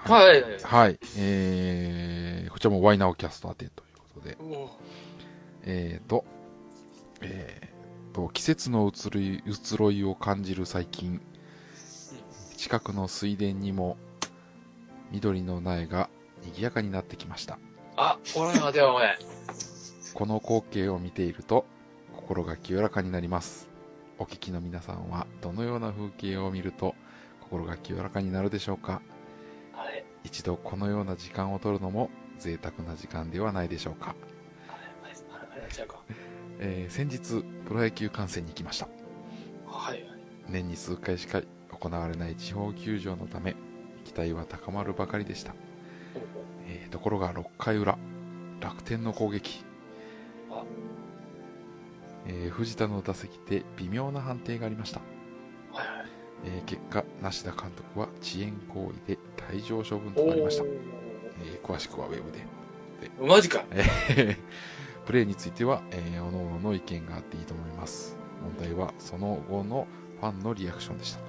はい。 はい。こちらもワイナオキャスト宛てということで。季節の移ろいを感じる最近、近くの水田にも緑の苗が賑やかになってきました。 あ、俺のではお前。 この光景を見ていると心が清らかになります。お聞きの皆さんはどのような風景を見ると心が清らかになるでしょうか。 はい。 一度このような時間を取るのも贅沢な時間ではないでしょうか。先日プロ野球観戦に行きました。 はい。 年に数回しか行われない地方球場のため期待は高まるばかりでした。ところが6回裏、楽天の攻撃、藤田の打席で微妙な判定がありました。結果、梨田監督は遅延行為で退場処分となりました。詳しくはウェブで。 マジか。 プレーについては、おのおのの意見があっていいと思います。問題はその後のファンのリアクションでしたと。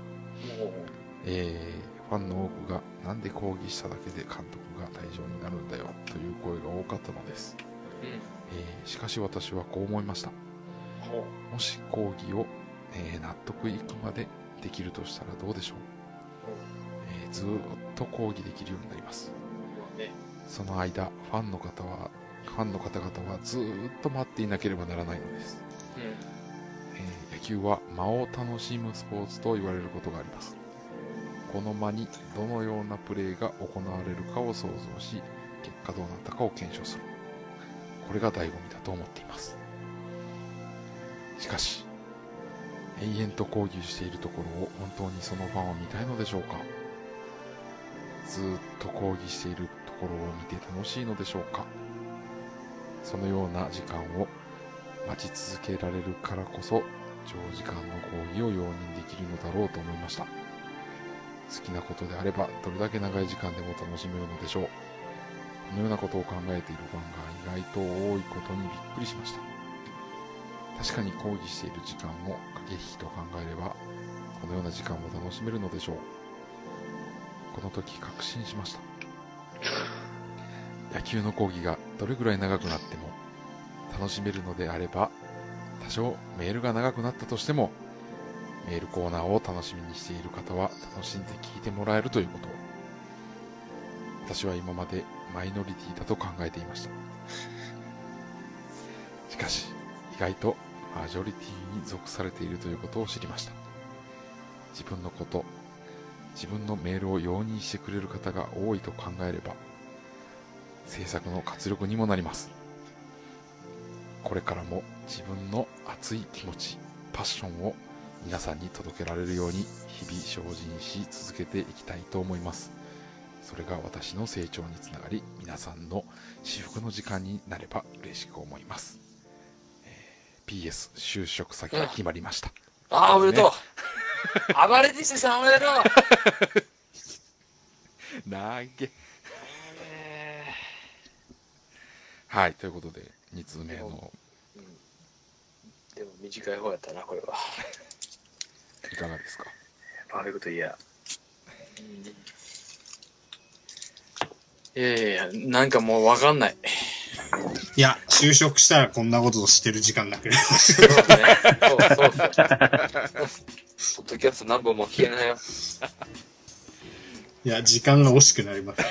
ファンの多くがなんで抗議しただけで監督が退場になるんだよという声が多かったのです。しかし私はこう思いました。もし抗議を、納得いくまでできるとしたらどうでしょう。ずっと抗議できるようになります。その間ファンの方々はずっと待っていなければならないのです。野球は間を楽しむスポーツと言われることがあります。この間にどのようなプレーが行われるかを想像し、結果どうなったかを検証する。これが醍醐味だと思っています。しかし延々と抗議しているところを本当にそのファンは見たいのでしょうか。ずっと抗議しているところを見て楽しいのでしょうか。そのような時間を待ち続けられるからこそ長時間の抗議を容認できるのだろうと思いました。好きなことであればどれだけ長い時間でも楽しめるのでしょう。このようなことを考えているファンが意外と多いことにびっくりしました。確かに抗議している時間を駆け引きと考えればこのような時間も楽しめるのでしょう。この時確信しました。野球の講義がどれぐらい長くなっても楽しめるのであれば、多少メールが長くなったとしてもメールコーナーを楽しみにしている方は楽しんで聞いてもらえるということを、私は今までマイノリティだと考えていました。しかし意外とマジョリティに属されているということを知りました。自分のこと、自分のメールを容認してくれる方が多いと考えれば制作の活力にもなります。これからも自分の熱い気持ち、パッションを皆さんに届けられるように日々精進し続けていきたいと思います。それが私の成長につながり、皆さんの至福の時間になれば嬉しく思います。PS 就職先が決まりました。 ああ、おめでとう。暴れてしさんおめでとう。 なげ。はい、ということで2通目の、 でも短い方やったな、これは。 いかがですか。 パーフェクトイヤー。いやなんかもうわかんない。 いや、就職したらこんなことをしてる時間なくなります。 そうね。そう。ポッドキャスト何本も聞けないよ。 いや、時間が惜しくなります。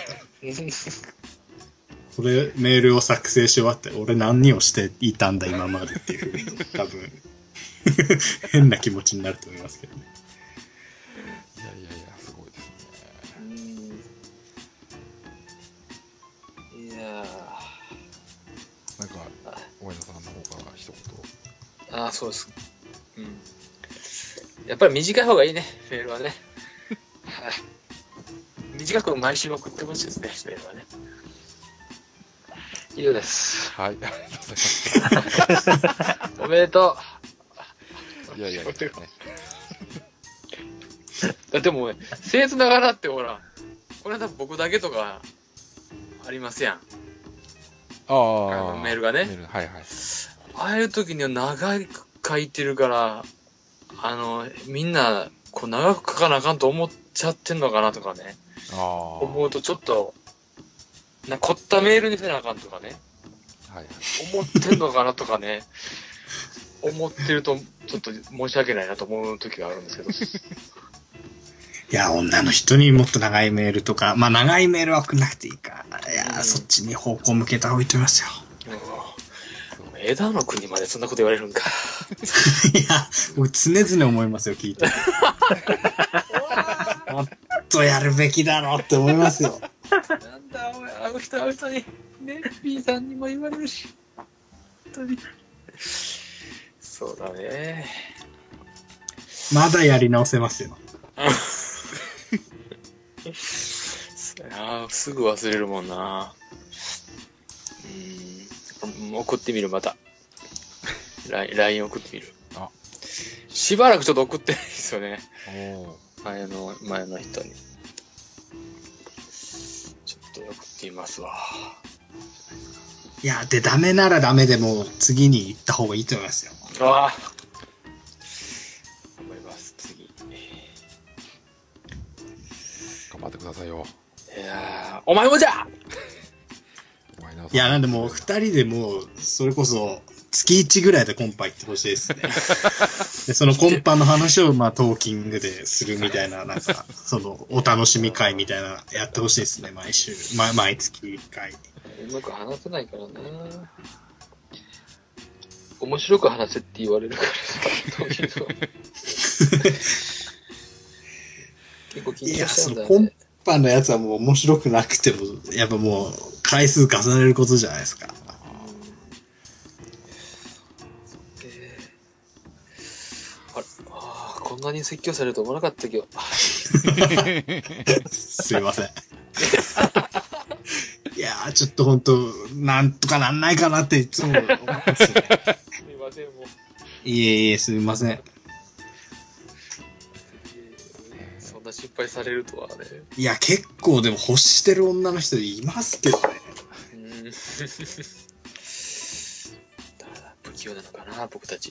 これ、メールを作成し終わって、俺何をしていたんだ今までっていうふうに、多分、変な気持ちになると思いますけどね。 いや、すごいですね。いやなんか、大江田さんの方から一言。 ああ、そうです。やっぱり短い方がいいね、メールはね。はい。短く毎週送ってほしいですね、メールはね。以上です。 はい、ありがとうございます。 おめでとう。いや、ね、 だってもう、僭越ながらってほら、これは多分僕だけとかありますやん。メールがね。 はい。 ああいう時には長く書いてるから、みんな、こう長く書かなあかんと思っちゃってんのかなとかね。 思うとちょっと、凝ったメールにせなあかんとかね。 はい。 思ってんのかなとかね。思ってると、ちょっと申し訳ないなと思う時があるんですけど。 いや、女の人にもっと長いメールとか、まあ長いメールは送んなくていいか。いや、そっちに方向向けた方がいいと思いますよ。 枝野君にまでそんなこと言われるんか。 いや、僕常々思いますよ、聞いて。もっとやるべきだろうって思いますよ。 なんだ、お前、あの人に、ね、B さんにも言われるし。本当に。そうだね。 まだやり直せますよ。 すぐ忘れるもんな。送ってみる、また。LINE 送ってみる。しばらくちょっと送ってないですよね。前の人に。ちょっと送ってみますわ。 いや、で、ダメならダメでも、次に行った方がいいと思いますよ。 頑張ります、次。 頑張ってくださいよ。 いやお前もじゃいや、なんでもう、二人でもう、それこそ、月1ぐらいでコンパ行ってほしいですね。で、そのコンパの話を、まあ、トーキングでするみたいな、なんか、その、お楽しみ会みたいな、やってほしいですね、毎週。毎月1回。 うまく話せないからな。面白く話せって言われるからさ、結構緊張しちゃうんだよね。 いや、そのコンパのやつはもう面白くなくても、やっぱもう、回数重ねることじゃないですか。 こんなに説教されると思わなかったけど。 すいません。いやー、ちょっと本当なんとかなんないかなっていつも思いますね。 すいません、もう。 いえ、すみません。 そんな心配されるとはね。 いや、結構でも欲してる女の人いますけどね。 不器用なのかな、僕たち。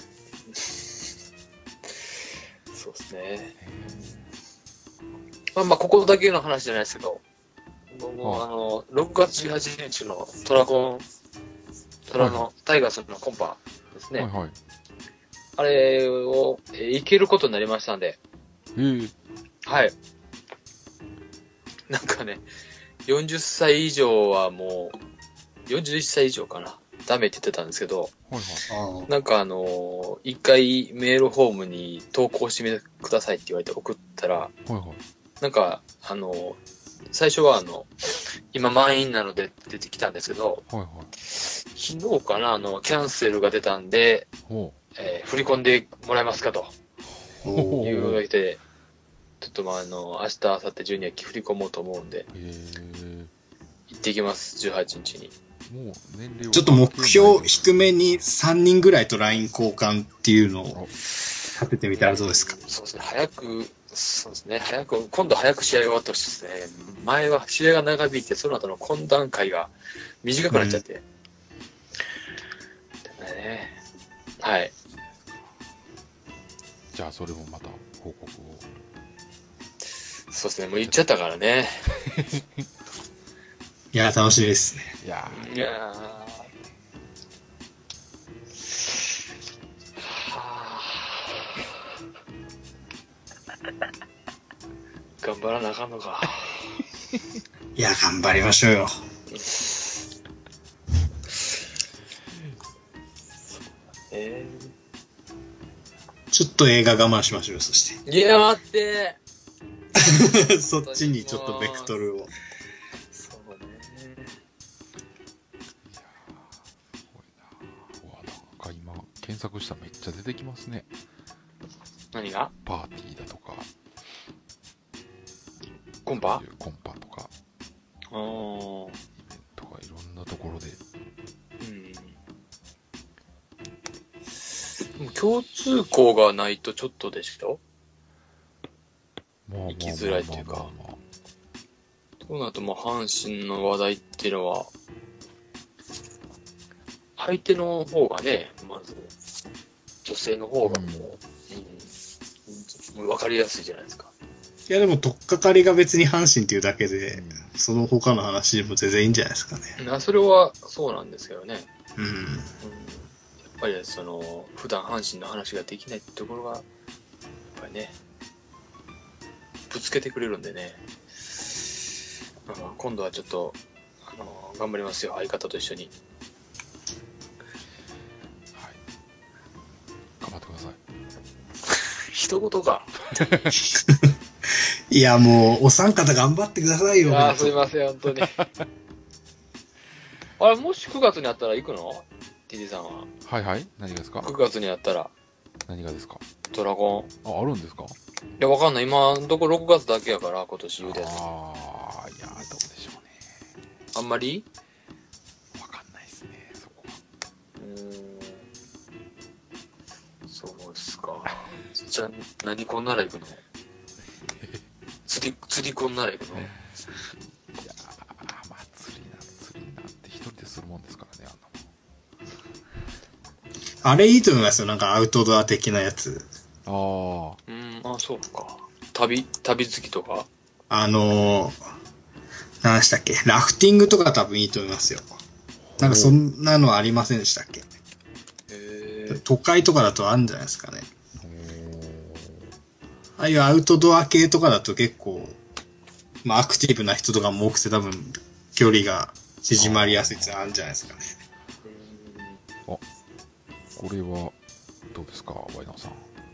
そうですね。まあ、ここだけの話じゃないですけど、もう6月18日のトラのタイガースのコンパですね。 はいはい。 あれを、行けることになりましたんで。はい。なんかね、40歳以上はもう、41歳以上かな。ダメって言ってたんですけど、なんか一回メールフォームに投稿してみてくださいって言われて送ったら、なんか、最初は今満員なので出てきたんですけど、昨日かな、キャンセルが出たんで、振り込んでもらえますかと、いうわけで、ちょっと明日、明後日中には振り込もうと思うんで、行ってきます、18日に。 もう年齢ちょっと目標低めに3人ぐらいと LINE 交換っていうのを立ててみたらどうですか？ そうですね、今度早く試合が終わってほしいですね。前は試合が長引いて、その後の懇談会が短くなっちゃって。はい。 じゃあ、それもまた報告を。 そうですね、もう言っちゃったからね。 いや、楽しみですね。 いや頑張らなあかんのか。 いや、頑張りましょうよ。ちょっと映画我慢しましょうよ、そして。 いや、待ってそっちにちょっとベクトルを。 検索したらめっちゃ出てきますね。 何が？ パーティーだとか。 コンパとか。イベントがいろんなところで。 共通項がないとちょっとでしょ？行きづらいというか。そうなるともう阪神の話題っていうのは、相手の方がね、まず、女性の方がもう、分かりやすいじゃないですか。 いやでも、取っかかりが別に阪神っていうだけで、その他の話でも全然いいんじゃないですかね。 それはそうなんですけどね。 うん。 やっぱり普段阪神の話ができないってところが、やっぱりね、ぶつけてくれるんでね。今度はちょっと、頑張りますよ、相方と一緒に。 はい。頑張ってください。 一言か。 いや、もう、お三方頑張ってくださいよ。 すいません、本当に。あれ、もし9月にあったら行くの ?TD さんは。 はいはい。何がですか ?9 月にあったら。 何がですかドラゴン。 あるんですか？ いや、わかんない。今のところ6月だけやから、今年言うです。 いや、どうでしょうね。 あんまりわかんないですね、そこは。 そうですか。じゃあ、何こんなら行くの釣りこんなら行くの？いやまあ、釣りなんて一人でするもんですからね、あんなもん。あれいいと思いますよ、なんかアウトドア的なやつ。 そうか。旅好きとか何でしたっけ？ラフティングとか多分いいと思いますよ。なんかそんなのありませんでしたっけ？都会とかだとあるんじゃないですかね。ああいうアウトドア系とかだと結構、まあアクティブな人とかも多くて多分距離が縮まりやすいってのあるんじゃないですかね。 これはどうですか、ワイナーさん。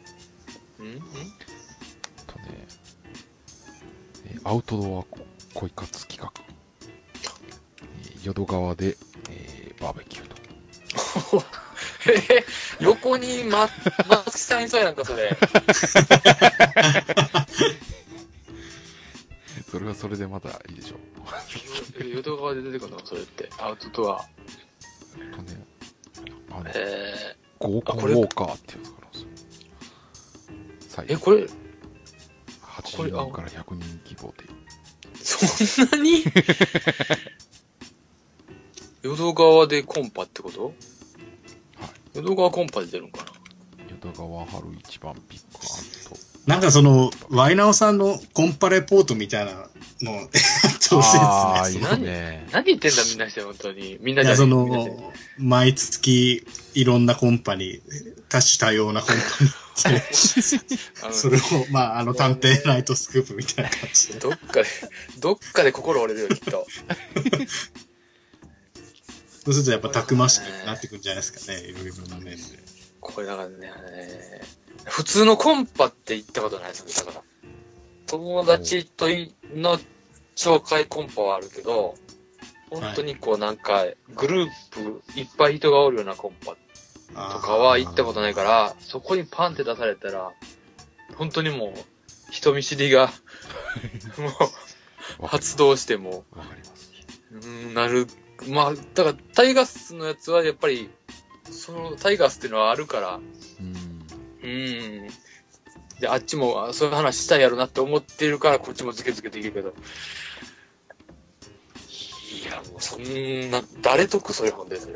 アウトドア恋活企画、淀川で、バーベキューと。 横に松木さんいそうやんか、それ。 それはそれでまたいいでしょう。淀川で出てくるのそれって。アウトドア。 合コンウォーカーっていうやつがあるんですよ。 これ 80人から100人規模で。 そんなに淀川でコンパってこと？はい。淀川コンパで出るんかな？ 淀川春一番ビッグアット。 なんかワイナオさんのコンパレポートみたいなの、やってほしいですね。何言ってんだみんなして、本当に。みんなじゃ毎月いろんなコンパに、多種多様なコンパにそれを、探偵ナイトスクープみたいな感じで。 どっかで心折れるよ、きっと。 そうするとやっぱたくましくなってくんじゃないですかね、いろいろな面で。 これだからね、普通のコンパって行ったことないですね、だから。友達との紹介コンパはあるけど、本当になんか、グループいっぱい人がおるようなコンパとかは行ったことないから、そこにパンって出されたら、本当にもう、人見知りが、もう、発動しても、なる。だから、タイガースのやつはやっぱり、タイガースっていうのはあるから、で、あっちもそういう話したいやろなって思ってるから、こっちもズケズケできるけど。いや、もうそんな、誰得そういう本ですね。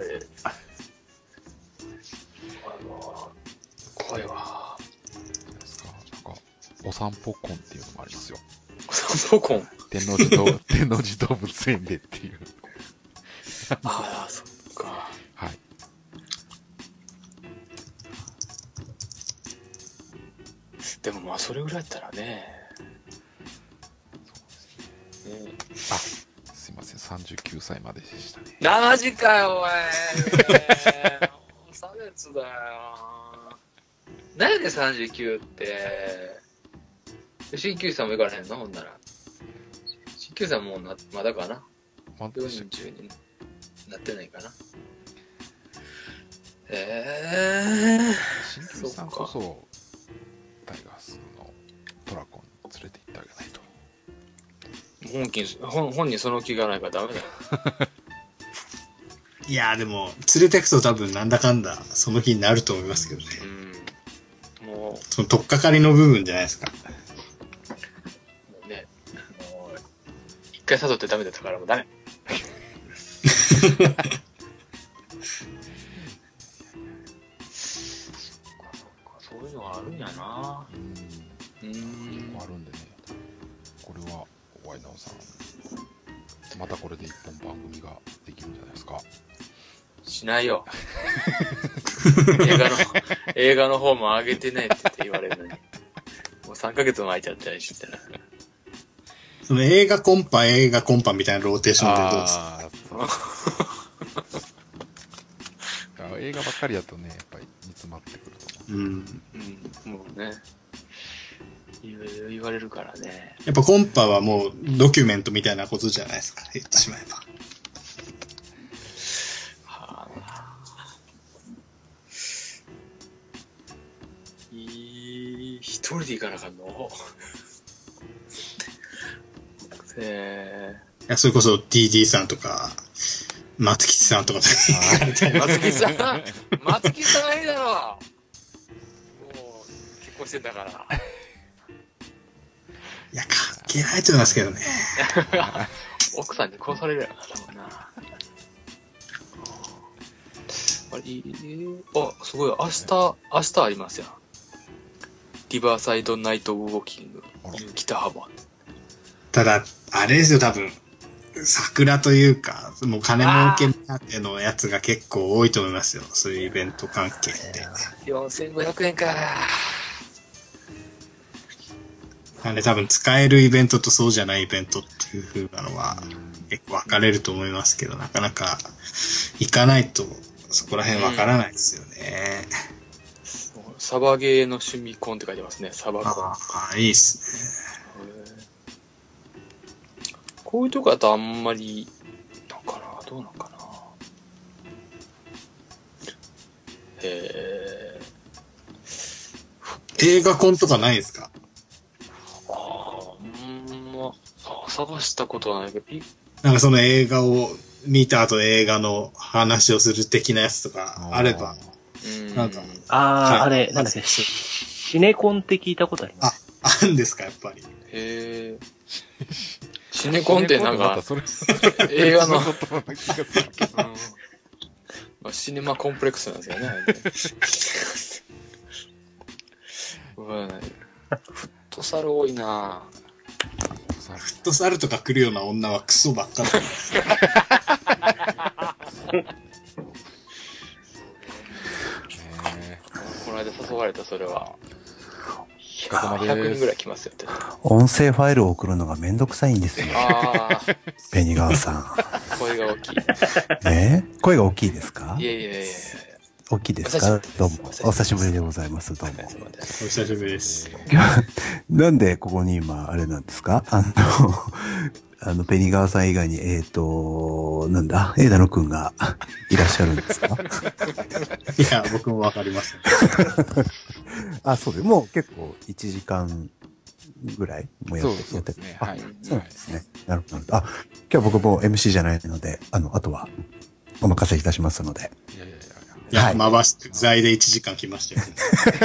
声は。 なんか、お散歩婚っていうのもありますよ。 お散歩婚？ 天王寺動物園でっていう。 ああ、そっか。 はい。 でもそれぐらいやったらね。 そうですね。すいません、39歳まででしたね。 マジかよ、おい。差別だよ。何やねん、39って。鍼灸師さんも行かれへんのほんなら。鍼灸師さんもまだかな。40になってないかな。 鍼灸師さんこそ、タイガースのトラコンに連れて行ってあげないと。 本人その気がないからダメだよ。 いやでも、連れてくと多分なんだかんだその気になると思いますけどね。もう、その取っかかりの部分じゃないですか。 もうね、一回誘ってダメだったからもうダメ。そういうのがあるんやな。 あるんでね。 またこれで一本番組ができるんじゃないですか。 しないよ。映画の方も上げてないって言われるのに。もう3ヶ月も空いちゃったりしたら。 その映画コンパみたいなローテーションでどうですか？映画ばっかりだとね、やっぱり煮詰まってくると思う。 もうね。言われるからね。 やっぱコンパはもうドキュメントみたいなことじゃないですか、言ってしまえば。 一人で行かなあかんの？ いや、それこそ DD さんとか、松吉さんとか松吉さんはいいだろう。もう、結婚してんだから。 いや、関係ないと思いますけどね。 奥さんに殺されるやろな、多分な。すごい、明日ありますよ。リバーサイドナイトウォーキング、北浜。 ただ、あれですよ、多分。桜というか、もう金儲け目当てのやつが結構多いと思いますよ。そういうイベント関係って。 4500円か。 なんで多分使えるイベントとそうじゃないイベントっていう風なのは結構分かれると思いますけど、なかなか行かないとそこら辺分からないですよね。 サバゲーの趣味コンって書いてますね。サバコン。 ああ、いいっすね。 こういうとこだとあんまり、なんかな、どうなんかな。 映画コンとかないですか？ 探したことはないけど、 なんかその映画を見た後映画の話をする的なやつとかあれば、なんか。 あれ、なんだっけ、シネコンって聞いたことあります。 あるんですか、やっぱり。 シネコンってなんか、映画の、シネマコンプレックスなんですよね。フットサル多いなぁ。 フットサルとか来るような女はクソばっかだ。 この間誘われた、それは。100人ぐらい来ますよって。 音声ファイルを送るのがめんどくさいんですよ。ペニガワさん。 声が大きい。 声が大きいですか？ いや。 大きいですか？どうも。お久しぶりでございます。どうも。 お久しぶりです。 なんでここに今、あれなんですか？ペニガワさん以外に、なんだ、枝野くんがいらっしゃるんですか？ いや、僕もわかりません。 そうです。もう結構1時間ぐらいもやってそうですね。はい。 そうなんですね。なるほど。今日僕も MC じゃないので、あとはお任せいたしますので。 いや、回して、在で1時間来ましたよ。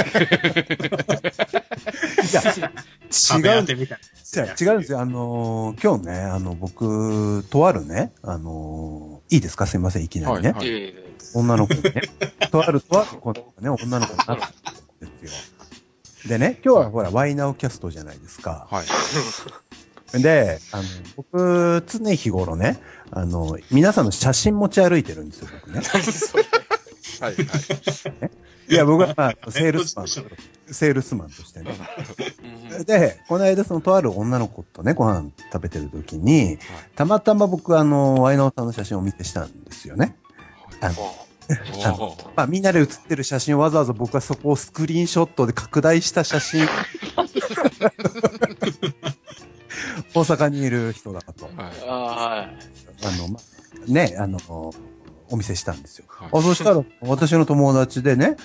違うんですよ。今日ね、僕、とあるね、いいですか？すいません、いきなりね。女の子にね、とある子ね、女の子になったんですよ。でね、今日はほら、ワイナウキャストじゃないですか。はい。で、僕、常日頃ね、皆さんの写真持ち歩いてるんですよ、僕ね。 はい。 いや、僕はセールスマンとしてね。で、この間とある女の子とね、ご飯食べてる時に、たまたま僕ワイナオさんの写真をお見せしたんですよね。みんなで写ってる写真をわざわざ僕はそこをスクリーンショットで拡大した写真。大阪にいる人だと。お見せしたんですよ。そしたら、私の友達でね、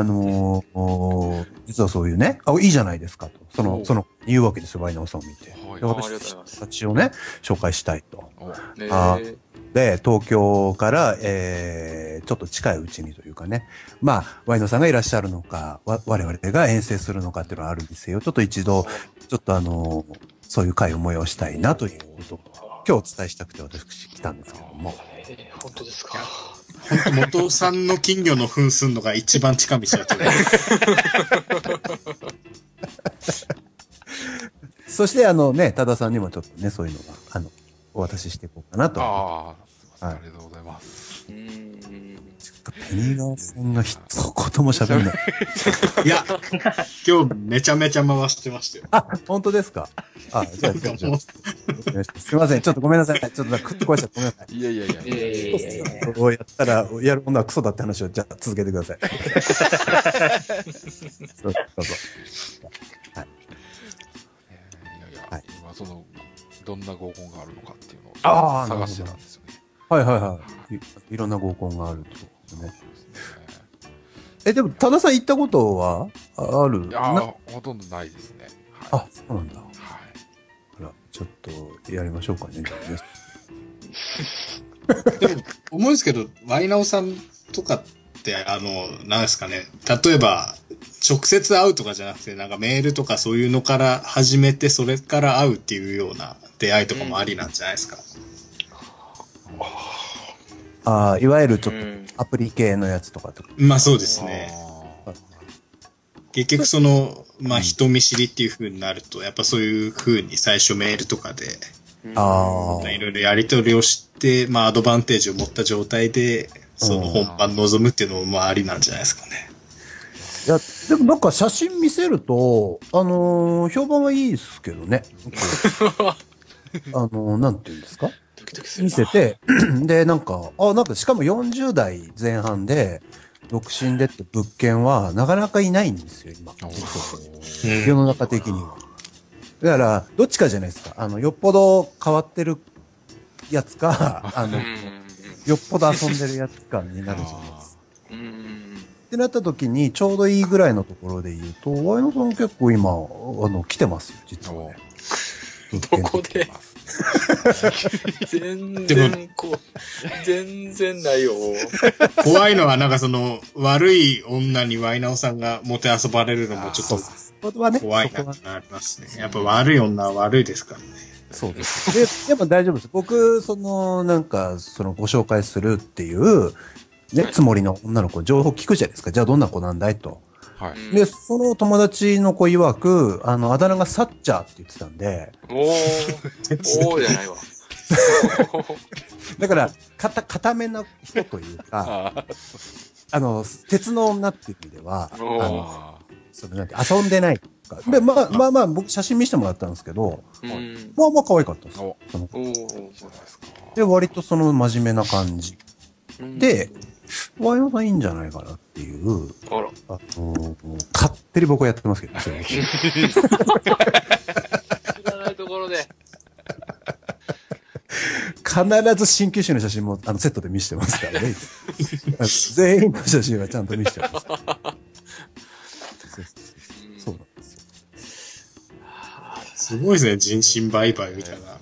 実はそういうね、いいじゃないですかと。言うわけですよ、ワイナオさんを見て。私たちをね、紹介したいと。で、東京から、ちょっと近いうちにというかね、ワイナオさんがいらっしゃるのか、我々が遠征するのかっていうのはあるんですよ。ちょっと一度、そういう会を催したいなということを、今日お伝えしたくて私来たんですけども。 本当ですか。 元さんの金魚の糞すんのが一番近道だと思う。 そして多田さんにもちょっとね、そういうのが、 お渡ししていこうかなと。 ああ、ありがとうございます。 ちょっとペニガーさんが一言も喋んない。 いや、今日めちゃめちゃ回してましたよ。 あ、本当ですか？あ、じゃあ、すいません。ちょっとごめんなさい。ちょっと食ってこいしちゃってごめんなさい。 いやいやいや。 こうやったら、やる女はクソだって話を、じゃあ続けてください。どうぞ。はい。 いや、今どんな合コンがあるのかっていうのを探してたんですよね。 はい。いろんな合コンがあるってことですね。でも、多田さん行ったことはある？ ほとんどないですね。 あ、そうなんだ。はい。ほら、ちょっとやりましょうかね。 でも、思うんですけど、ワイナオさんとかって、なんですかね、例えば、直接会うとかじゃなくて、なんかメールとかそういうのから始めて、それから会うっていうような出会いとかもありなんじゃないですか。 いわゆるちょっとアプリ系のやつとかとか。 まあそうですね。結局人見知りっていう風になると、やっぱそういう風に最初メールとかで、いろいろやり取りをして、アドバンテージを持った状態で、本番臨むっていうのもありなんじゃないですかね。 いや、でもなんか写真見せると、評判はいいですけどね。なんていうんですか？見せて、で、なんかしかも40代前半で、独身でって物件はなかなかいないんですよ、今。世の中的には。だから、どっちかじゃないですか。よっぽど変わってるやつか、よっぽど遊んでるやつかになるじゃないですか。ってなった時に、ちょうどいいぐらいのところで言うと、ワイナさん結構今、来てますよ、実はね。 どこで全然ないよ。 怖いのは、なんか悪い女にワイナオさんがもてあそばれるのもちょっと怖いなってなりますね。やっぱ悪い女は悪いですからね。 そうです。でも大丈夫です。僕、ご紹介するっていう、ね、つもりの女の子、情報聞くじゃないですか。じゃあどんな子なんだいと。はい。で、その友達の子曰く、あだ名がサッチャーって言ってたんで。 おーじゃないわ。 だから、固めな人というか、鉄の女っていう意味では、なんて遊んでないとか。で、僕写真見せてもらったんですけど、可愛かったです。その子。で、割と真面目な感じ。で、ワイナさんいいんじゃないかなっていう、勝手に僕はやってますけどね。 知らないところで。 必ず鍼灸師の写真もセットで見せてますからね。全員の写真はちゃんと見せてます。そうなんですよ。 すごいですね、人身売買みたいな。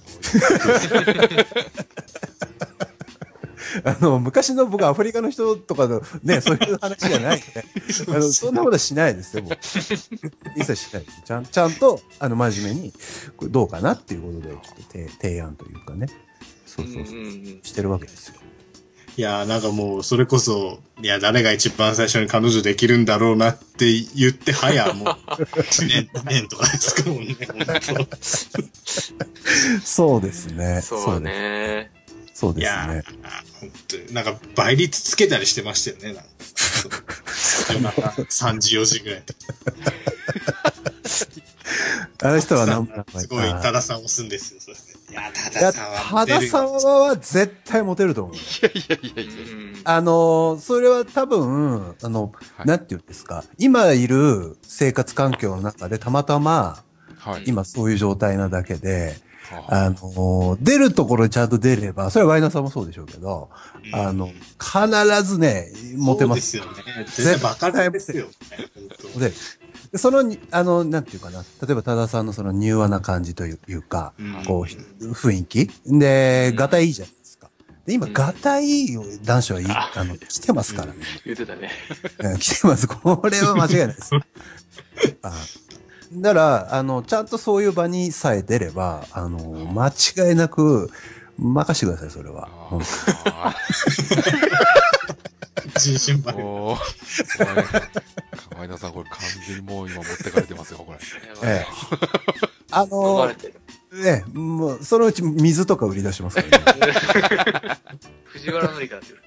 昔の僕アフリカの人とかのね、そういう話じゃないんで、そんなことはしないですよ、僕。一切しないです。ちゃんと、真面目に、これどうかなっていうことで、ちょっと提案というかね。そう。してるわけですよ。 いやー、なんかもう、それこそ、誰が一番最初に彼女できるんだろうなって言って、早もう、1年とかですかもんね、 そうですね。 そうね。 そうですね。いや本当になんか倍率つけたりしてましたよね。夜中3時4時ぐらい。 あの人はすごい、多田さんを押すんですよ。いや、多田さんはモテる。 多田さんは絶対モテると思う。いや。それは多分、なんて言うんですか。今いる生活環境の中でたまたま、今そういう状態なだけで、出るところにちゃんと出れば、それはワイナさんもそうでしょうけど、必ずね、モテます。 そうですよね。絶対バカですよね。 で、なんていうかな、例えば多田さんの柔和な感じというか、雰囲気で、ガタイいいじゃないですか。で、今、ガタイいい男子はいい、来てますからね。 言ってたね。 来てます。これは間違いないです。だから、ちゃんとそういう場にさえ出れば、間違いなく、任してください、それは。 人身売買。 ワイナさん、これ完全にもう今持ってかれてますよ、これ。 ね、もう、そのうち水とか売り出しますからね。 藤原紀香っていう。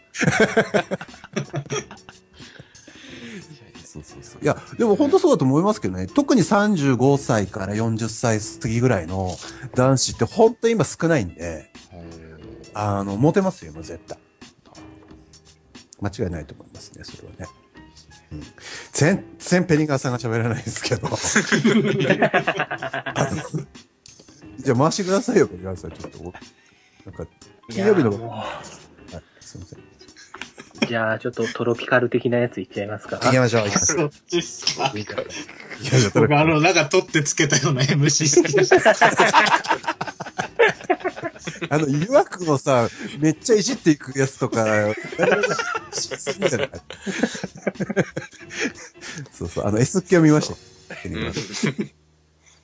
そうそうそう。いや、でも本当そうだと思いますけどね。特に35歳から40歳過ぎぐらいの男子って本当に今少ないんで、モテますよ、もう絶対。間違いないと思いますね、それはね。うん、全然ペニガーさんが喋らないですけど。じゃあ回してくださいよ、ペニガーさん。ちょっと。なんか、金曜日の。はい、すいません。 じゃあ、ちょっとトロピカル的なやついっちゃいますか。 行きましょう。 そっちっすか。 いや僕なんか取ってつけたような MC 好きでした。 誘惑のさ、めっちゃいじっていくやつとか、そうそう、S 級を見ました。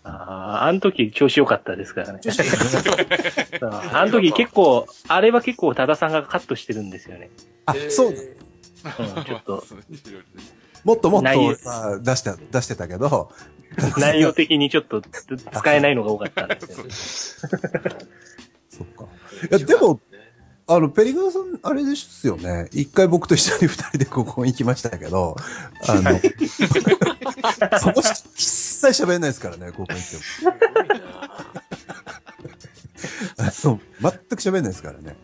あの時調子良かったですからね。あの時結構、あれは結構多田さんがカットしてるんですよね。 あ、そうだ。ちょっと。 もっとさ、出してたけど。 内容的にちょっと使えないのが多かったんですよ。 そっか。いや、でも、ペリガーさん、あれですよね。一回僕と一緒に二人でここ行きましたけど、その人、一切喋れないですからね、ここ行っても。全く喋れないですからね。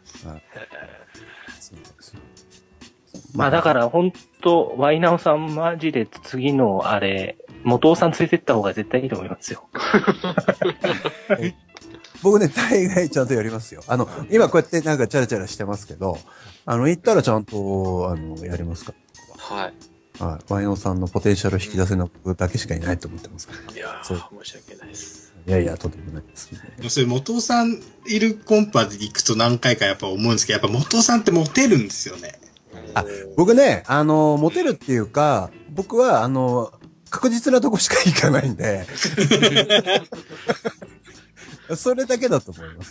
まあだから本当ワイナオさんマジで次のあれ、元尾さん連れてった方が絶対いいと思いますよ。 僕ね、大概ちゃんとやりますよ。今こうやってなんかチャラチャラしてますけど、行ったらちゃんと、やりますから。 はい。 はい。ワイナオさんのポテンシャルを引き出せの僕だけしかいないと思ってますから。 いやー、申し訳ないです。 いやいや、とてもないです。 それ元尾さんいるコンパで行くと何回かやっぱ思うんですけど、やっぱ元尾さんってモテるんですよね。 僕ね、モテるっていうか、僕は、確実なとこしか行かないんで、それだけだと思います。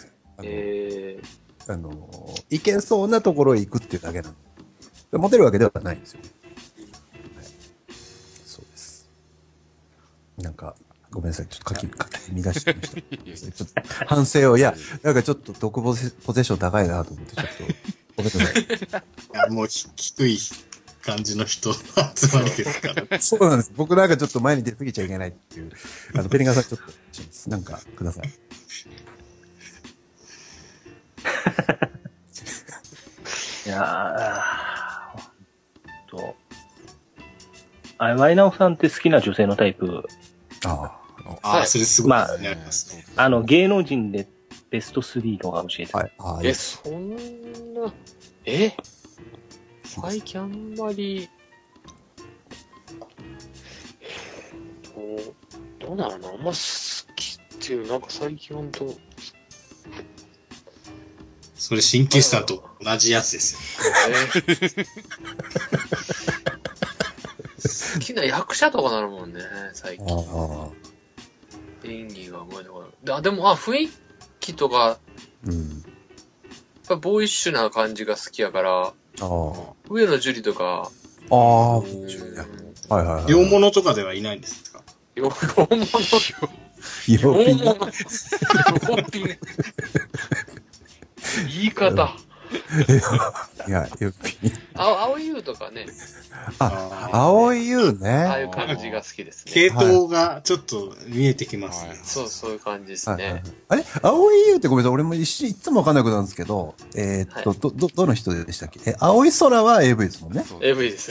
行けそうなところへ行くっていうだけなんで。モテるわけではないんですよ。はい、そうです。なんか、ごめんなさい。ちょっと書き乱してました。ちょっと反省を、いや、なんかちょっと毒ポゼッション高いなと思って、ちょっと、ごめんなさい。いや、もう低い感じの人の集まりですから。 そうなんです。僕なんかちょっと前に出過ぎちゃいけないっていう。ペリガーさんちょっと、なんかください。 いやワイナオさんって好きな女性のタイプ。 それすごいですね。 まあ、芸能人でベスト3とか教えて。 はい。 そんな、最近あんまり、どうなのあんま好きっていう、なんか最近ほんと。 それ鍼灸師さんと同じやつですよ。 好きな役者とかなるもんね、最近。演技がうまいとか。でも、雰囲気とか、やっぱボーイッシュな感じが好きやから、上野樹里とか、 両物とかではいないんですか？ 両物言い方。 いや、 青い優とかね。 青い優ね。 ああいう感じが好きですね。 系統がちょっと見えてきますね。 そういう感じですね。 あれ青い優ってごめんなさい、俺もいつもわかんなくなるんですけど、どの人でしたっけ？青い空は AV ですもんね。 AV です。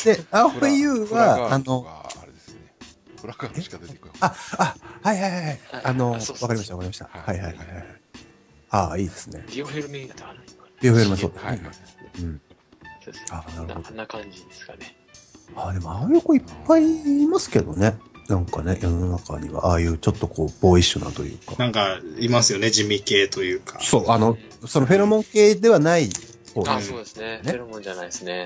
で、青い優は、 あれですね。プラカードしか出てこない。 はい。わかりました。はい。いいですね。 ディオフェルメインだとディオフェルメインそう。 はい。 なるほど。 あんな感じですかね。 でもああいう子いっぱいいますけどね。なんかね、世の中には、ああいうちょっとこう、ボーイッシュなというか。 なんか、いますよね、地味系というか。 そう、そのフェロモン系ではない方そうですね。フェロモンじゃないですね。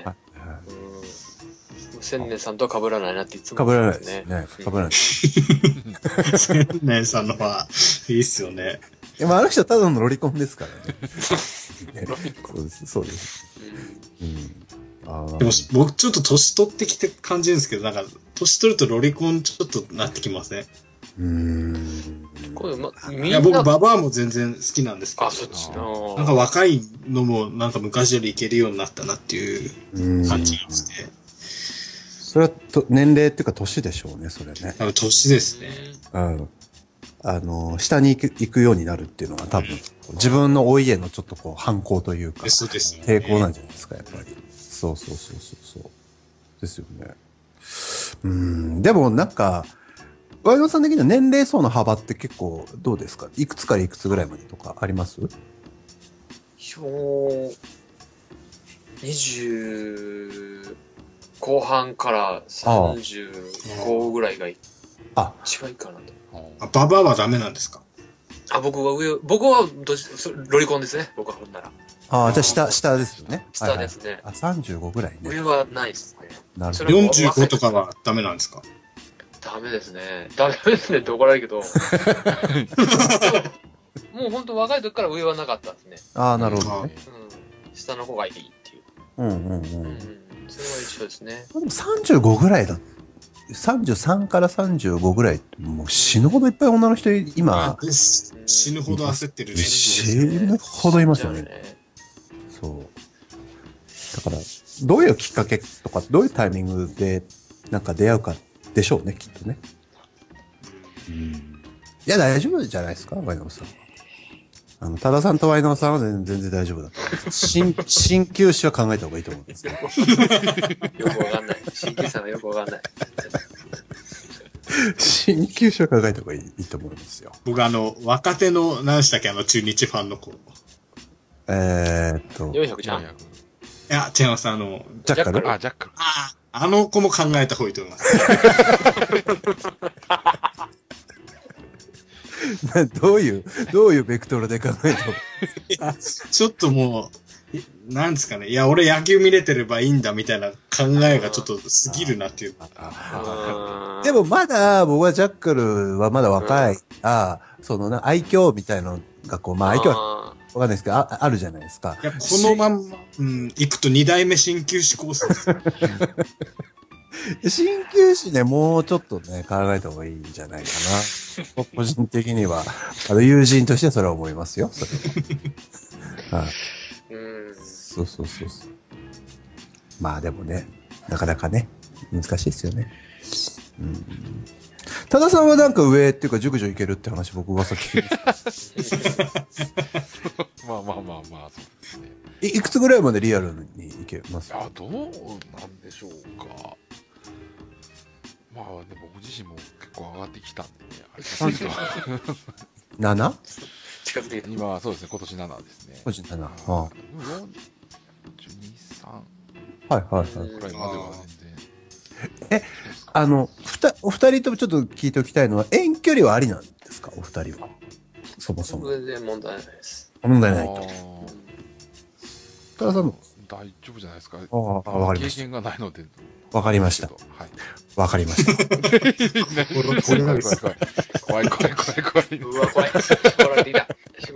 千年さんと被らないなっていつも思いますね。被らないですね。被らない。 千年さんのはいいっすよね。 でもあの人はただのロリコンですからね。そうです。 でも僕ちょっと年取ってきて感じるんですけど、なんか、年取るとロリコンちょっとなってきません？ これ、みんな。 いや、僕、ババアも全然好きなんですけど。 あ、そっちなんか若いのも、なんか昔よりいけるようになったなっていう感じがして。 それは年齢っていうか年でしょうね、それね。 年ですね。 下に行くようになるっていうのは多分、自分の老いへのちょっとこう反抗というか、 そうですね、 抵抗なんじゃないですか、やっぱり。そう。ですよね。でもなんか、ワイドさん的には年齢層の幅って結構どうですか？いくつからいくつぐらいまでとかあります？ 20後半から35ぐらいが一番いいかなと。 ババアはダメなんですか？ 僕はロリコンですね、僕はほんなら。 じゃあ下ですよね。 下ですね。 35ぐらいね。 上はないですね。 なるほど。 45とかはダメなんですか？ ダメですね。ダメですねって怒られるけど。もう本当若い時から上はなかったですね。 なるほどね。 下の方がいいっていう。それは一緒ですね。 でも35ぐらいだ。33から35ぐらいってもう死ぬほどいっぱい女の人今。 死ぬほど焦ってる。 死ぬほどいますよね。そう。だから、どういうきっかけとか、どういうタイミングでなんか出会うかでしょうね、きっとね。いや、大丈夫じゃないですか、ワイナオさんは。多田さんとワイナオさんは全然大丈夫だと。鍼灸師は考えた方がいいと思うんですけど。 よくわかんない。鍼灸師さんはよくわかんない。 鍼灸師は考えた方がいいと思うんですよ。 僕若手の、何でしたっけ、中日ファンの子。 400じゃん。いや、違います、ジャッカル。 ジャッカル。 あの子も考えた方がいいと思います。 どういうベクトルで考えたの？ ちょっともう、なんですかね。いや、俺野球見れてればいいんだみたいな考えがちょっと過ぎるなっていう。 でもまだ、僕はジャッカルはまだ若い。愛嬌みたいなのが愛嬌はわかんないですけど、あるじゃないですか。 いや、このまんま、行くと2代目鍼灸師コースですよ。 鍼灸師ね、もうちょっとね、考えた方がいいんじゃないかな。個人的には、友人としてそれは思いますよ、それは。はい。そう。まあでもね、なかなかね、難しいですよね。多田さんはなんか上っていうか熟女いけるって話僕噂聞きました。 まあ、そうですね。 いくつぐらいまでリアルにいけます？ どうなんでしょうか。まあ、でも僕自身も結構上がってきたんでね、あれですけど。 7？ 近づいて今、そうですね、今年7ですね。 今年7。 42、3。はい。くらいまでは全然。 お二人ともちょっと聞いておきたいのは、遠距離はありなんですか、お二人は。そもそも。 全然問題ないです。 問題ないと。多田さんも大丈夫じゃないですか。 わかりました。 経験がないので。 わかりました。 はい。 わかりました。 怖い。 うわ、怖い。絞られていた。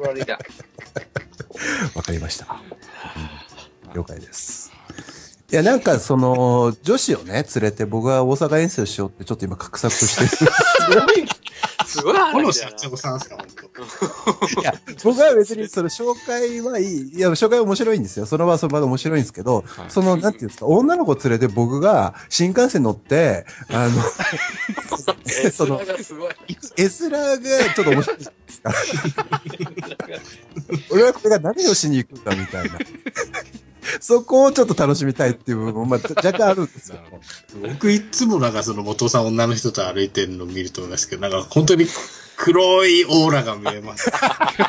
わかりました。了解です。いや、なんか女子をね、連れて僕は大阪遠征しようってちょっと今画策してる。 すごい話だな。 この社長さんですか、本当。 いや、僕は別に紹介はいい。いや、紹介は面白いんですよ。その場はその場で面白いんですけど、なんていうんですか、女の子連れて僕が新幹線乗って、絵面がちょっと面白いじゃないですか。俺はこれが何をしに行くんだみたいな。そこをちょっと楽しみたいっていう部分も、若干あるんですよ。 僕いつも元さん女の人と歩いてるのを見ると思いますけど、なんか本当に黒いオーラが見えます。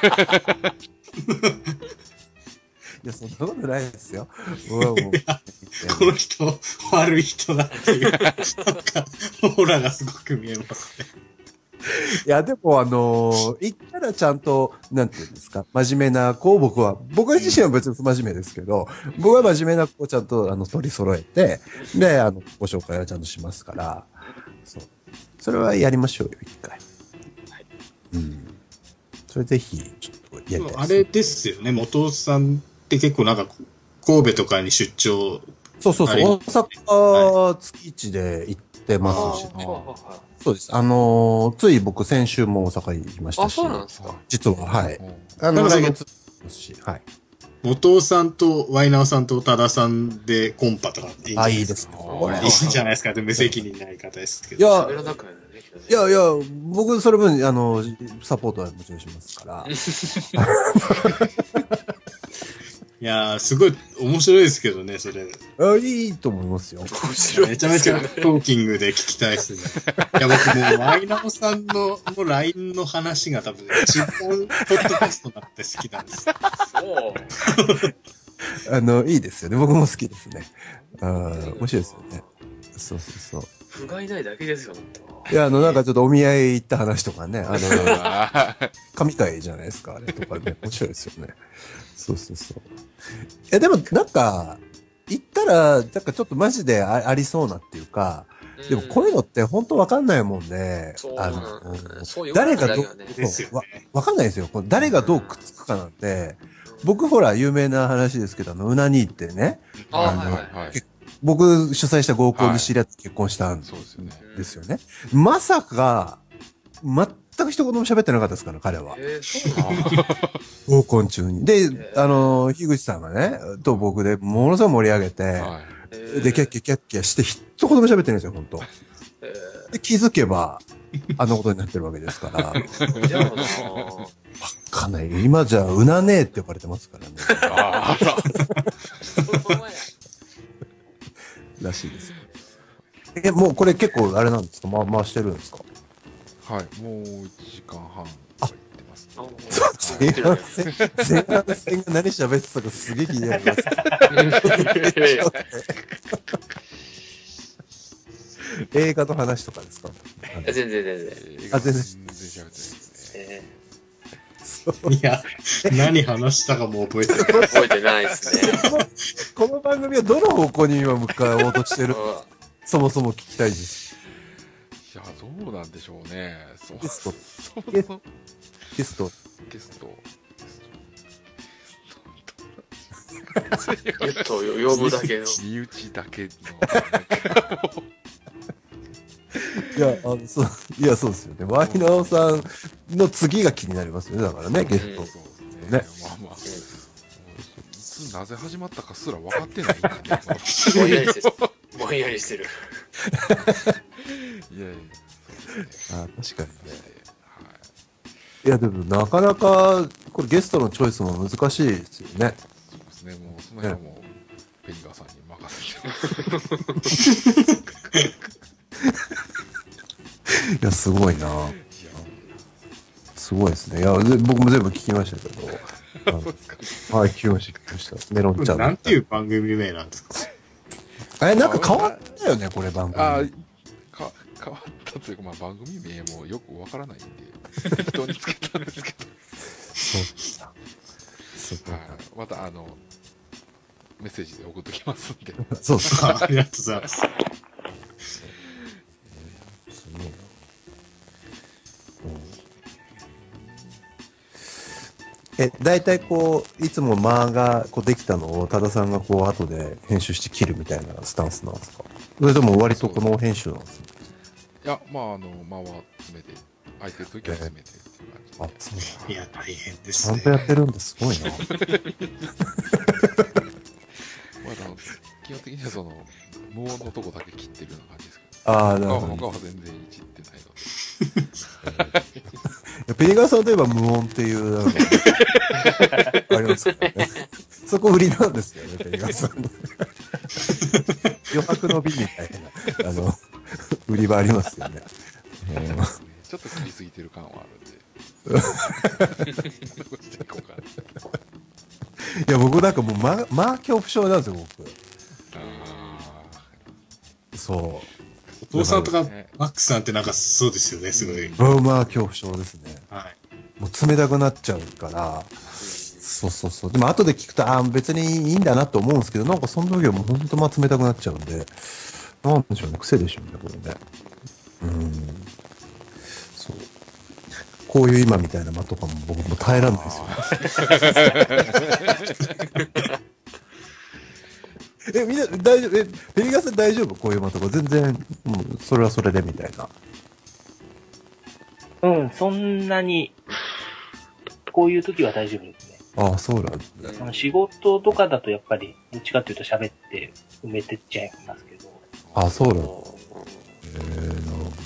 いや、そんなことないですよ。 この人、悪い人だっていう、なんか、オーラがすごく見えますね。 いや、でも言ったらちゃんと、なんていうんですか、真面目な子を僕自身は別に不真面目ですけど、僕は真面目な子をちゃんと取り揃えて、で、ご紹介はちゃんとしますから、そう。それはやりましょうよ、一回。それぜひ、ちょっとやりたいです。 あれですよね、元尾さんって結構なんか、神戸とかに出張。 そう。大阪、月一で行ってってますし、そうです。つい僕先週も大阪行きましたし。 そうなんですか。 実は、はい。来月ですし、はい。 元尾さんとワイナオさんと多田さんでコンパとかいいんじゃないですか。いいんじゃないですか。無責任な言い方ですけど。 いや、僕それ分、サポートはもちろんしますから。 いやー、すごい面白いですけどね、それ。 いいと思いますよ。 面白い。めちゃめちゃトーキングで聞きたいですね。いや、僕もう、ワイナオさんのLINE の話が多分、一番ポッドキャストだって好きなんです。 そう。 いいですよね。僕も好きですね。面白いですよね。そう。 不甲斐ないだけですよ、 いや、なんかちょっとお見合い行った話とかね、神回じゃないですか、あれとかね、面白いですよね。そう。いや、でもなんか、行ったら、なんかちょっとマジでありそうなっていうか、でもこういうのって本当わかんないもんで、誰がどう、わかんないですよ。誰がどうくっつくかなんて、僕ほら有名な話ですけど、うなにってね、僕主催した合コンで知り合って結婚したんですよね。まさか、全く一言も喋ってなかったですから、彼は。合コン中に。で、樋口さんがね、と僕でものすごい盛り上げて、で、キャッキャして一言も喋ってないんですよ、本当。で、気づけば、あんなことになってるわけですから。わかんない。今じゃ、うなねえって呼ばれてますからね。らしいです。もうこれ結構あれなんですか？回してるんですか？ はい、もう1時間半入ってます。前半戦が何喋ってたかすげえ気になります。映画の話とかですか？ 全然。 全然喋ってないですね。 いや、何話したかも覚えてないですね。 この番組はどの方向に今向かおうとしてるそもそも聞きたいです。 いや、どうなんでしょうね。 ゲスト。 呼ぶだけの。 身内だけの。 いや、そうですよね。ワイナオさんの次が気になりますよね。だからね、ゲスト。 そうですね。まあ。いつなぜ始まったかすら分かってないんでね。 ぼんやりしてる。 いや。 確かにね。いや、でもなかなか、これゲストのチョイスも難しいですよね。 そうですね。もう、その辺はもう、ペニガーさんに任せて。 いや、すごいな。すごいですね。いや、僕も全部聞きましたけど。はい、聞きました。メロンちゃん。 なんていう番組名なんですか？ なんか変わったよね、これ番組。 変わったというか、まあ番組名もよくわからないんで、適当につけたんですけど。そうか。またメッセージで送っときますんで。 そうですか。ありがとうございます。 大体こう、いつも間がこうできたのを多田さんがこう後で編集して切るみたいなスタンスなんですか？それとも割とこの編集なんですか？ いや、まあ間は詰めて、空いてる時は詰めてっていう感じで。 そういや、大変ですね。ちゃんとやってるんですごいな。 まあ基本的にはその、無音のとこだけ切ってるような感じですけど。 なるほど。 他は全然いじってないので。 ペニガーさんといえば無音っていうありますからね。そこ売りなんですよね、ペニガーさん。余白の美みたいな、売り場ありますよね。 ちょっと切りすぎてる感はあるんで。 いや、僕なんかもう恐怖症なんですよ、僕。そう。 お父さんとか、マックスさんってなんかそうですよね、すごい。 恐怖症ですね。 はい。 もう冷たくなっちゃうから、そう。でも後で聞くと、別にいいんだなと思うんですけど、なんかその時はもう本当冷たくなっちゃうんで、なんでしょうね、癖でしょうね、これね。そう。こういう今みたいな間とかも僕も耐えらんないですよね。みんな大丈夫？ペニリガーさん大丈夫こういうのとか全然、それはそれでみたいな。 うん、そんなに、こういう時は大丈夫ですね。 ああ、そうなんですね。 仕事とかだとやっぱり、どっちかっていうと喋って埋めてっちゃいますけど。 ああ、そうなんだ。なるほどね。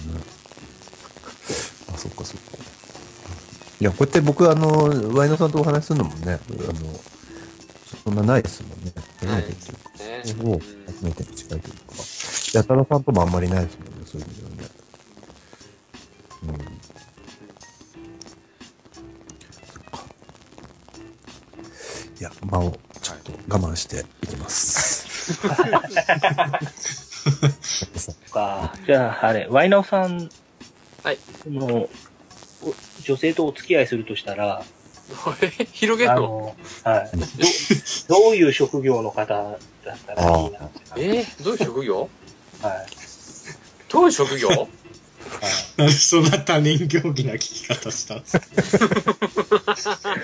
あ、そっかそっか。いや、こうやって僕、ワイナさんとお話しするのもね、そんなないですもんね。ないですよ。を集めて近いというか。やたらさんともあんまりないですもんね、そういう意味ではね。いや、間をちょっと我慢していきます。そっか。じゃあ、ワイナオさん、 はい。 女性とお付き合いするとしたら、 広げるの？ はい。どういう職業の方だったらいいな。 どういう職業？ はい。 どういう職業？ なんでそんな他人行儀な聞き方したんですか？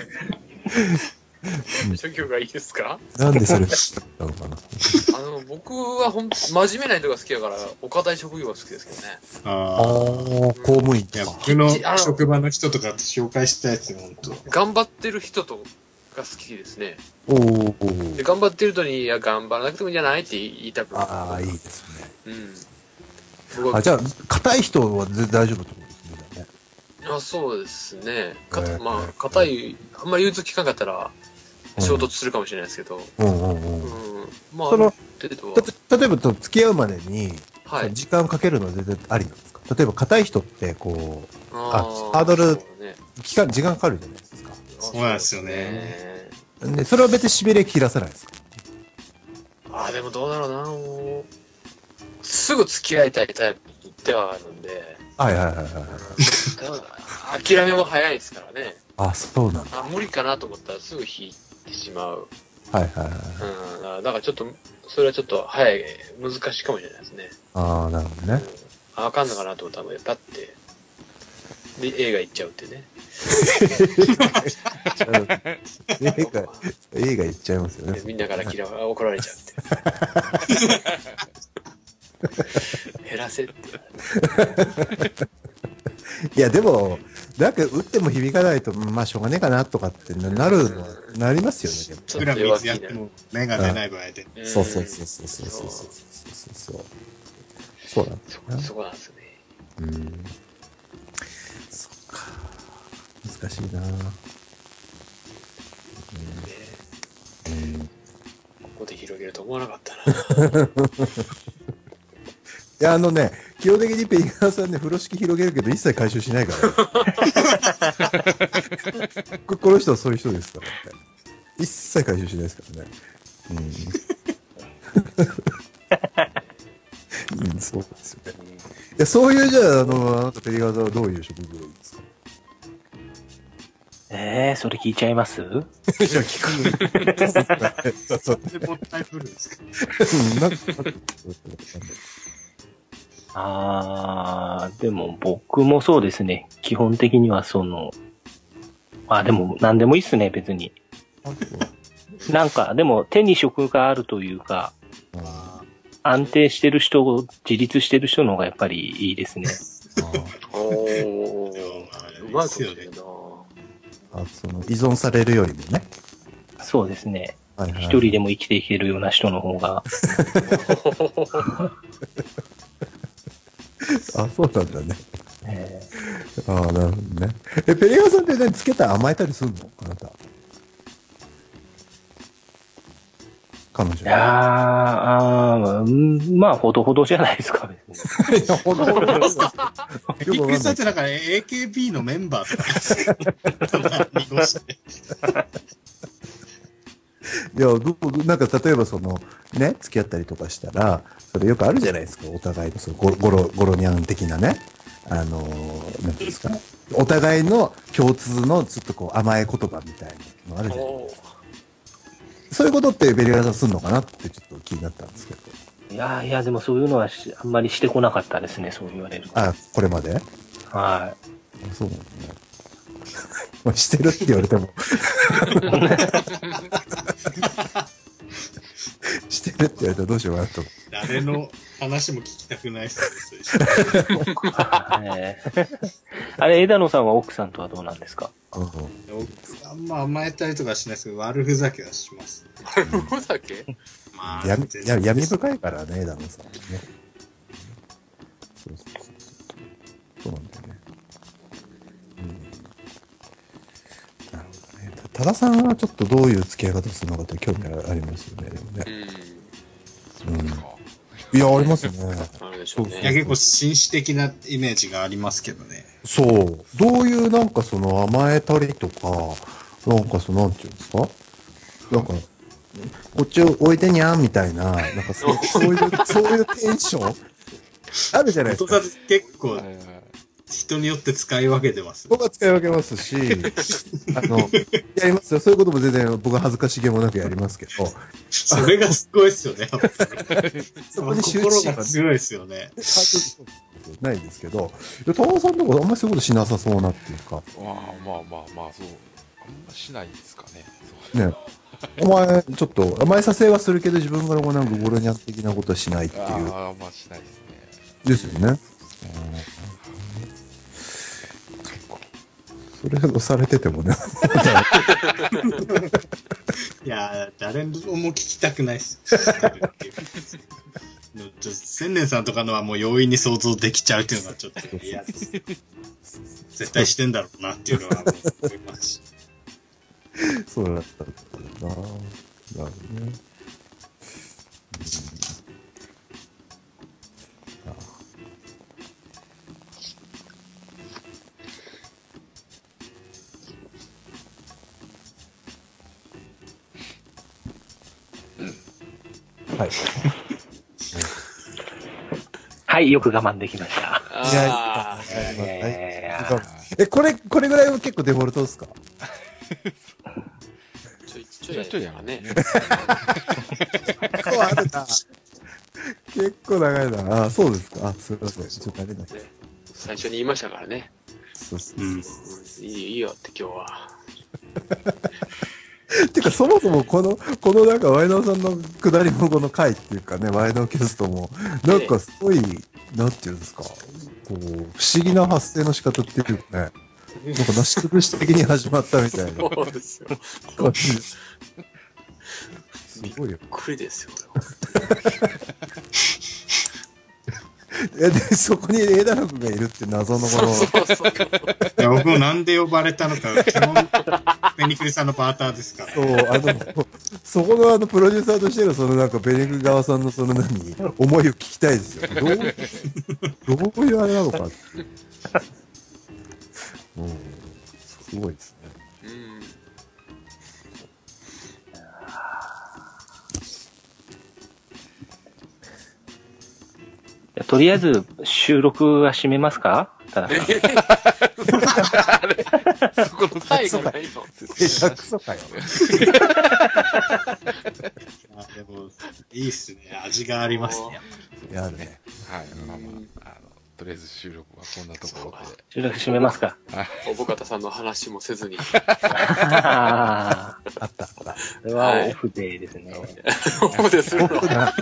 職業がいいですか？ なんでそれしたのかな。 僕は真面目な人が好きだから、お堅い職業が好きですけどね。 公務員とか。 僕の職場の人とか紹介したやつよ、本当。 頑張ってる人が好きですね。 で頑張ってる人に、いや、頑張らなくてもいいんじゃないって言いたくなる。 ああ、いいですね。 うん。 じゃあ、硬い人は全然大丈夫ってことですね。 そうですね。まあ、硬い、あんまり融通聞かんかったら、衝突するかもしれないですけど。まあ、例えば、付き合うまでに、時間かけるのは全然ありなんですか？例えば、硬い人って、こう、ハードル、時間かかるじゃないですか。 そうなんですよね。 で、それは別にしびれ切らせないですか？ でもどうだろうな。すぐ付き合いたいタイプではあるんで。諦めも早いですからね。 そうなんだ。 無理かなと思ったらすぐ引いてしまう。 だからちょっと、それはちょっと早い、難しいかもしれないですね。 なるほどね。 あかんのかなと思ったら、パッて、で、映画行っちゃうってね。 映画行っちゃいますよね。 みんなから怒られちゃうって。減らせって。 いや、でも、なんか打っても響かないと、まあ、しょうがねえかなとかってなりますよね、でも。 いくら水やっても目が出ない場合で。 そう。そうなんですよ。そこなんですね。 そっか。難しいなここで広げると思わなかったな。 いや、基本的にペイガーさんね、風呂敷広げるけど一切回収しないから。この人はそういう人ですからね。一切回収しないですからね。そうですよね。いや、そういう、じゃあ、あなたペイガーさんはどういう職業ですか？ それ聞いちゃいます？いや、 聞く。そう。 で、もったいぶるんですか？ でも僕もそうですね。基本的にはでも何でもいいっすね、別に。なんか、でも手に職があるというか、安定してる人、自立してる人の方がやっぱりいいですね。 うまいですよね。 依存されるよりもね。 そうですね。一人でも生きていけるような人の方が。 そうなんだね。なるほどね。ペリガーさんってね、つけたら甘えたりするの？あなた。彼女。 いやまあ、ほどほどじゃないですか、別に。 いや、ほどほどですか。 びっくりしたってなんか AKB のメンバーとか濁して。 いや、なんか例えばね、付き合ったりとかしたら、それよくあるじゃないですか、お互いのゴロニャン的なね。なんていうんですか。お互いの共通のちょっと甘え言葉みたいなのあるじゃないですか。そういうことってベリガーさんするのかなってちょっと気になったんですけど。 いや、でもそういうのはあんまりしてこなかったですね、そう言われると。 これまで？ はい。 そうなんですね。してるって言われても。してるって言われたらどうしようかなと。 誰の話も聞きたくないっすあれ、枝野さんは奥さんとはどうなんですか？ あんま甘えたりとかしないですけど、悪ふざけはします。 悪ふざけ？ まあ、闇深いからね、枝野さんはね。そうなんだよね。なるほどね。多田さんはちょっとどういう付き合い方するのかって興味ありますよね、でもね。いや、ありますね。 いや、結構紳士的なイメージがありますけどね。 そう。どういうなんかその甘えたりとか、なんかその、なんていうんですか？なんか、こっちを置いてにゃんみたいな、なんかそういうテンションあるじゃないですか。 結構、人によって使い分けてます。 僕は使い分けますし、やりますよ。そういうことも全然僕は恥ずかしげもなくやりますけど。 それがすごいですよね。 そこに心がすごいですよね。 ないですけど、多田さんとかあんまりそういうことしなさそうなっていうか。 まあ、そう。あんましないですかね。 ね。お前、ちょっと、甘えさせはするけど、自分からなんかゴロニャン的なことはしないっていう。 あんましないですね。 ですよね。それをされててもね。 いや、誰も聞きたくないっす。千年さんとかのはもう容易に想像できちゃうっていうのがちょっと嫌です。絶対してんだろうなっていうのは思いますし。 そうだったんだな。なるほどね。はい。 はい、よく我慢できました。 これぐらいは結構デフォルトですか？ ちょいやがね。 結構あるな。結構長いな。あ、そうですか。あ、すいません。ちょっとあれだ。 最初に言いましたからね。 そう。 いいよって今日は。 てか、そもそもこのなんか、ワイナオさんの下りのこの回っていうかね、ワイナオキャストも、なんかすごい、なんていうんですか、こう、不思議な発声の仕方っていうかね、なんかなし崩し的に始まったみたいな。 そうですよ。 すごいよ。 びっくりですよ。 で、そこに枝野くんがいるって謎のこの。 いや、僕もなんで呼ばれたのか、基本、ベニクリさんのバーターですから。 そう、そこのプロデューサーとしてのベニクリ側さんの思いを聞きたいですよ。どういうあれなのかって。すごいですね。 とりあえず、収録は締めますか？たださん。 そこの最後ないの？ 下手くそかよ。 でも、いいっすね。味がありますね。 あるね。 はい。とりあえず収録はこんなところで。 収録締めますか？ おぼかたさんの話もせずに。 あった。 これはオフデーですね。 オフでするの？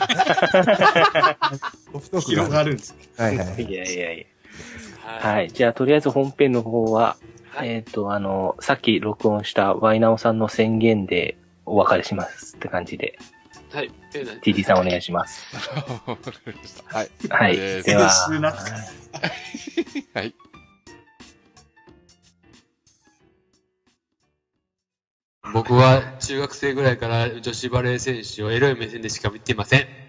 広がるんですね。 いや。はい。じゃあ、とりあえず本編の方は、さっき録音したワイナオさんの宣言でお別れしますって感じで。 はい。 TT さんお願いします。 わかりました。はい。 はい。では。 はい。 僕は中学生ぐらいから女子バレー選手をエロい目線でしか見ていません。